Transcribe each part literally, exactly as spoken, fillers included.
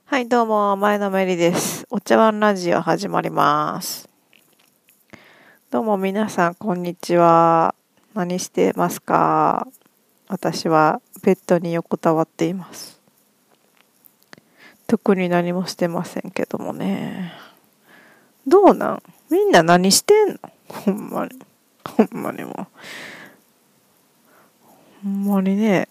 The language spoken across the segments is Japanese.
はい、どうも、前のめりです。お茶碗ラジオ始まります。どうも皆さん、こんにちは。何してますか？私はベッドに横たわっています。特に何もしてませんけどもね。どうなん？みんな何してんの？ほんまに。ほんまにもう。ほんまにね。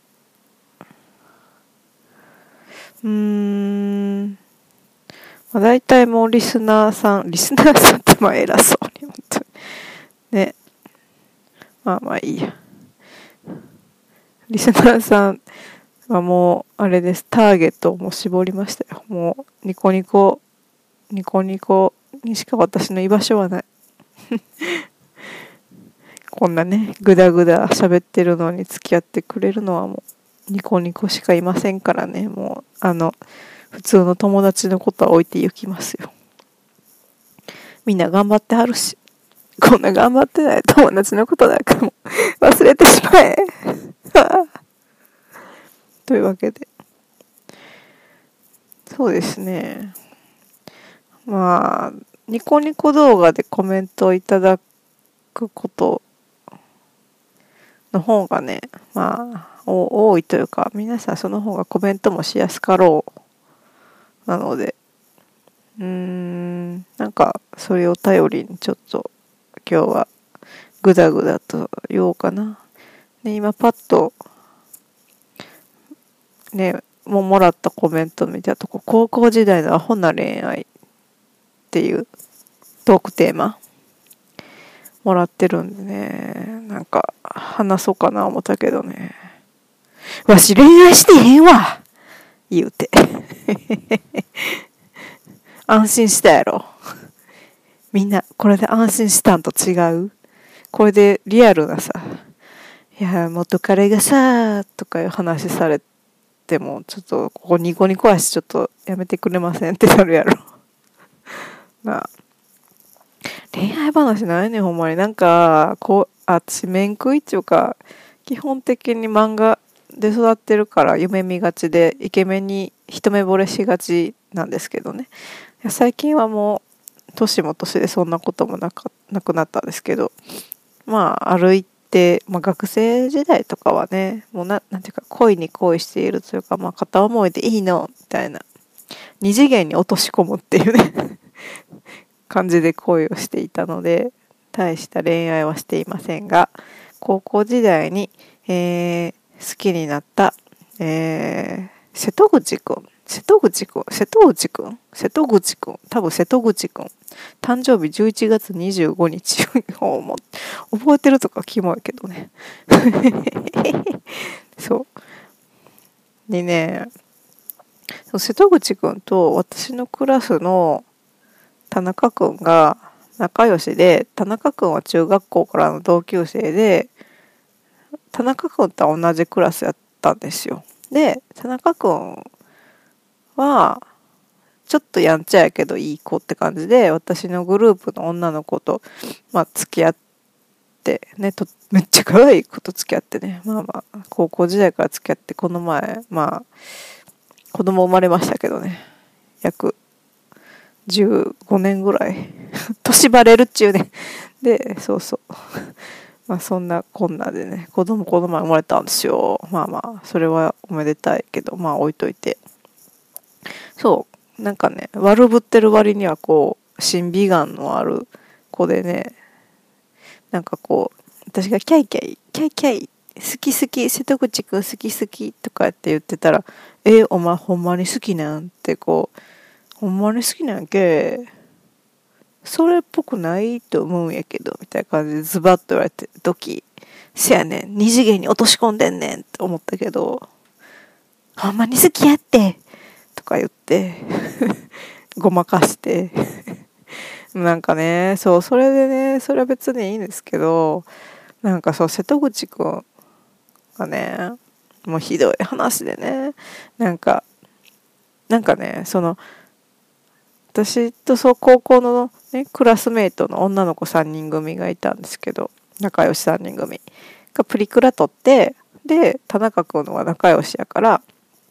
うーん。まあ、大体もうリスナーさん、リスナーさんってまあ偉そうに、本当に。ね。まあまあいいや。リスナーさんはもう、あれです。ターゲットをもう絞りましたよ。もう、ニコニコ、ニコニコにしか私の居場所はない。こんなね、ぐだぐだ喋ってるのに付き合ってくれるのはもう、ニコニコしかいませんからね。もう、あの、普通の友達のことは置いて行きますよ。みんな頑張ってはるし。こんな頑張ってない友達のことなんかも忘れてしまえ。というわけで。そうですね。まあ、ニコニコ動画でコメントをいただくことの方がね、まあ、多いというか、皆さんその方がコメントもしやすかろう。なので、うーん、なんか、それを頼りにちょっと、今日はグダグダと言おうかな。で、今パッと、ね、もうもらったコメント見たとこ、高校時代のアホな恋愛っていうトークテーマもらってるんでね、なんか話そうかな思ったけどね。わし恋愛してへんわ言うて。安心したやろ。みんなこれで安心したんと違う？これでリアルなさ、いや元彼がさとかいう話されてもちょっとここニコニコ足ちょっとやめてくれませんってなるやろ。なあ、恋愛話ないねんほんまに。なんかこう、あ、私面食いっていうか、基本的に漫画で育ってるから夢見がちでイケメンに一目惚れしがちなんですけどね。いや最近はもう年も年でそんなこともなかなくなったんですけど、まあ歩いて、まあ、学生時代とかはね、もうななんていうか恋に恋しているというか、まあ片思いでいいのみたいな、二次元に落とし込むっていうね感じで恋をしていたので、大した恋愛はしていませんが、高校時代に、えー、好きになった、えー、瀬戸口くん、瀬戸口くん、瀬戸口くん、瀬戸口くん、多分瀬戸口くん、誕生日じゅういちがつにじゅうごにち、もう覚えてるとかキモいけどね。そう。にね、瀬戸口くんと私のクラスの田中くんが仲良しで、田中くんは中学校からの同級生で、田中くんとは同じクラスやったんですよ。で、田中くんは、ちょっとやんちゃやけどいい子って感じで、私のグループの女の子と、まあ、付き合ってね、とめっちゃ可愛い子と付き合ってね、まあまあ、高校時代から付き合って、この前、まあ、子供生まれましたけどね、約じゅうごねんぐらい年バレるっちゅうね。で、そうそう。まあそんなこんなでね、子供この前生まれたんですよ。まあまあ、それはおめでたいけど、まあ置いといて。そう、なんかね、悪ぶってる割にはこう、審美眼のある子でね、なんかこう、私がキャイキャイ、キャイキャイ、好き好き、瀬戸口くん好き好きとかって言ってたら、え、お前ほんまに好きなんってこう、ほんまに好きなんけ、それっぽくないと思うんやけど、みたいな感じでズバッと言われて、ドキ、せやねん、二次元に落とし込んでんねんって思ったけど、ほんまに好きやって、とか言って、ごまかして、なんかね、そう、それでね、それは別にいいんですけど、なんかそう、瀬戸口くんがね、もうひどい話でね、なんか、なんかね、その、私とそう高校の、ね、クラスメイトの女の子さんにん組がいたんですけど、仲良しさんにん組がプリクラ撮って、で田中君は仲良しやから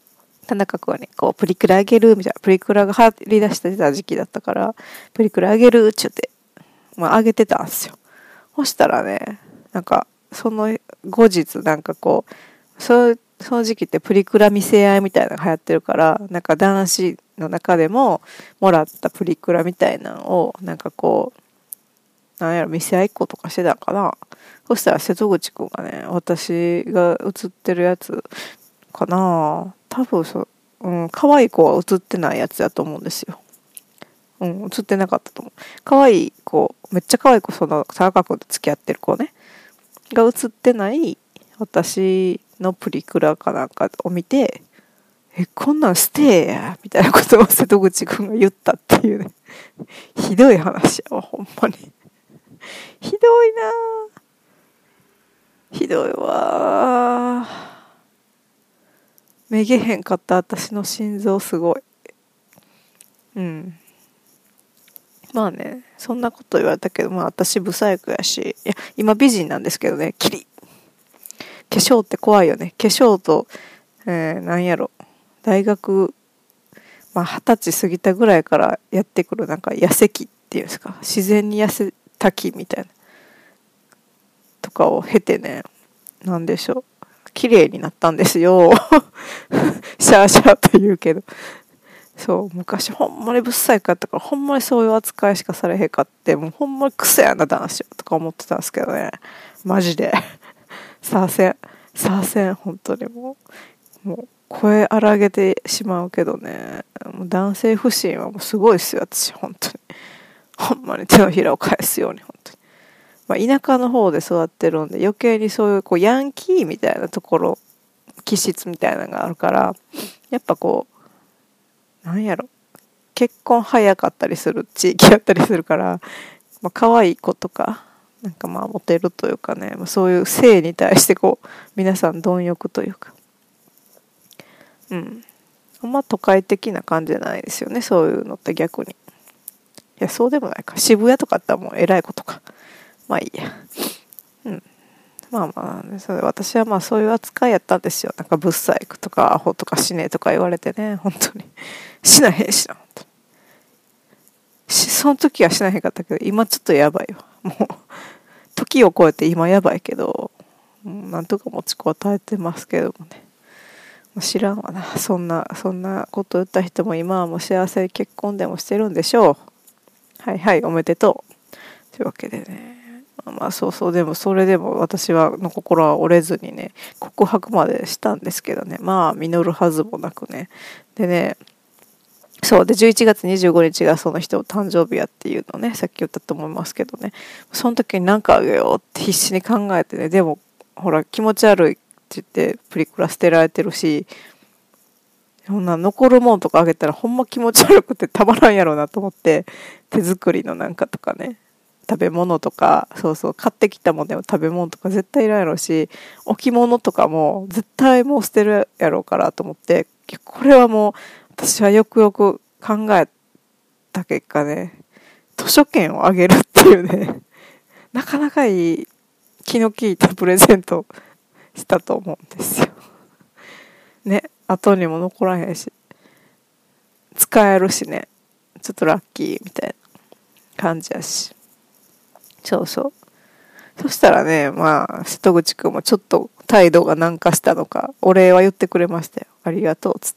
田中君はね、こう、プリクラあげるみたいな、プリクラが入り出してた時期だったから、プリクラあげるって言って、まあ、あげてたんですよ。そしたらね、なんか、その後日、なんかこう、そう、その時期ってプリクラ見せ合いみたいなのが流行ってるから、なんか男子の中でも、もらったプリクラみたいなのを、なんかこう、なんやろ、見せ合いっことかしてたんかな。そしたら瀬戸口くんがね、私が写ってるやつかな。多分そう、うん、可愛い子は写ってないやつだと思うんですよ。うん、写ってなかったと思う。可愛い子、めっちゃ可愛い子、その、田中くんと付き合ってる子ね。が写ってない私のプリクラかなんかを見て、え、こんなん捨てや、みたいなことを瀬戸口くんが言ったっていうね。ひどい話やわ、ほんまに。ひどいなぁ。ひどいわぁ。めげへんかった私の心臓すごい。うん。まあね、そんなこと言われたけど、まあ私ブサイクやし、いや、今美人なんですけどね、キリ。化粧って怖いよね。化粧と、えー、なんやろ。大学、まあ二十歳過ぎたぐらいからやってくるなんか痩せ期っていうんですか。自然に痩せた期みたいな。とかを経てね、なんでしょう。綺麗になったんですよ。シャーシャーと言うけど。そう、昔ほんまにぶっさいかったから、ほんまにそういう扱いしかされへんかって、もうほんまにクソやな男子とか思ってたんですけどね。マジで。さあせん。さあせん、本当にもう。もう声荒げてしまうけどね。もう男性不信はもうすごいっすよ、私、本当に。ほんまに手のひらを返すように、本当に。まあ、田舎の方で育ってるんで、余計にそういうこうヤンキーみたいなところ、気質みたいなのがあるから、やっぱこう、なんやろ、結婚早かったりする地域だったりするから、まあ、可愛い子とか、なんかまあモテるというかね、まあ、そういう性に対してこう、皆さん貪欲というか、うん。あんま都会的な感じじゃないですよね、そういうのって逆に。いや、そうでもないか。渋谷とかあったらもう偉いことか。まあいいや。うん。まあまあ、ね、それ私はまあそういう扱いやったんですよ。なんかブッサイクとかアホとか死ねとか言われてね、本当に。死なへんしな、本当に。し、その時は死なへんかったけど、今ちょっとやばいわ。もう、時を超えて今やばいけど、うん、なんとか持ちこたえてますけどもね。知らんわな。そんな、そんなこと言った人も今はもう幸せに結婚でもしてるんでしょう。はいはい、おめでとう。というわけでね。まあそうそう、でもそれでも私はの心は折れずにね、告白までしたんですけどね、まあ実るはずもなくね。でね、そうでじゅういちがつにじゅうごにちがその人の誕生日やっていうのね、さっき言ったと思いますけどね、その時に何かあげようって必死に考えてね、でもほら気持ち悪いって言ってプリクラ捨てられてるし、そんな残るもんとかあげたらほんま気持ち悪くてたまらんやろうなと思って、手作りのなんかとかね、食べ物とか、そうそう、買ってきたもんでも食べ物とか絶対いらんやろうし、置物とかも絶対もう捨てるやろうからと思って、これはもう私はよくよく考えた結果ね、図書券をあげるっていうね、なかなかいい気の利いたプレゼントしたと思うんですよ。ね、後にも残らへんし、使えるしね、ちょっとラッキーみたいな感じやし。そうそう。そしたらね、まあ、瀬戸口くんもちょっと態度が軟化したのか、お礼は言ってくれましたよ。ありがとう、つって。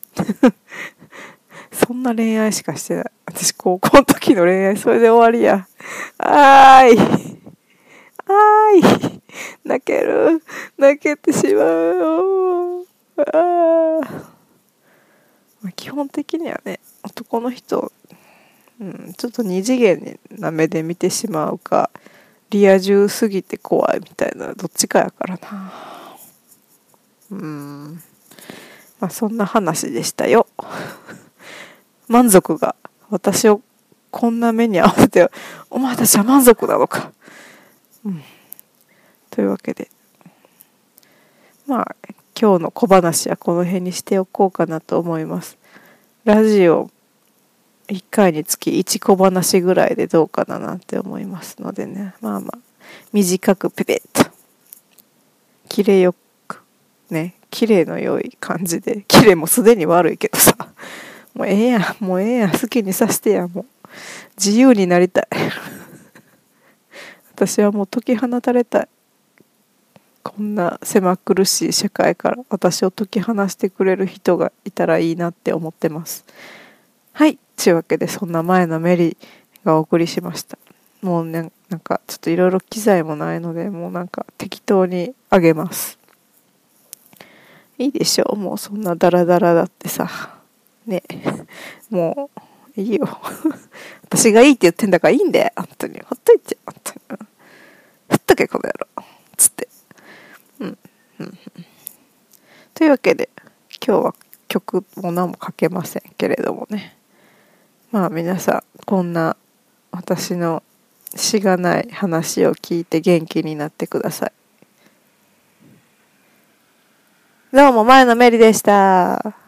そんな恋愛しかしてない。私、高校の時の恋愛、それで終わりや。あーい。あーい。泣ける。泣けてしまう。あー。まあ、基本的にはね、男の人、うん、ちょっと二次元な目で見てしまうか、リア充すぎて怖いみたいな、どっちかやからな。うん。まあそんな話でしたよ。満足が、私をこんな目に遭わせて、お前たちは満足なのか。うん。というわけで、まあ今日の小話はこの辺にしておこうかなと思います。ラジオいっかいにつきいち小話ぐらいでどうかななんて思いますのでね。まあまあ、短くペペッと、切れよくね、綺麗の良い感じで、綺麗もすでに悪いけどさ、もうええやん、もうええやん、好きにさせてや、もう自由になりたい。私はもう解き放たれたい。こんな狭苦しい社会から私を解き放してくれる人がいたらいいなって思ってます。はい、というわけでそんな前のメリがお送りしました。もうね、なんかちょっといろいろ機材もないので、もうなんか適当にあげます。いいでしょう、もうそんなダラダラだってさ。ね、もういいよ。私がいいって言ってんだからいいんだよ、本当に。ほっといて、本当に。ほっとけ、この野郎。つって。うん。うん。というわけで、今日は曲も何もかけませんけれどもね。まあ皆さん、こんな私のしがない話を聞いて元気になってください。どうも前のメリでした。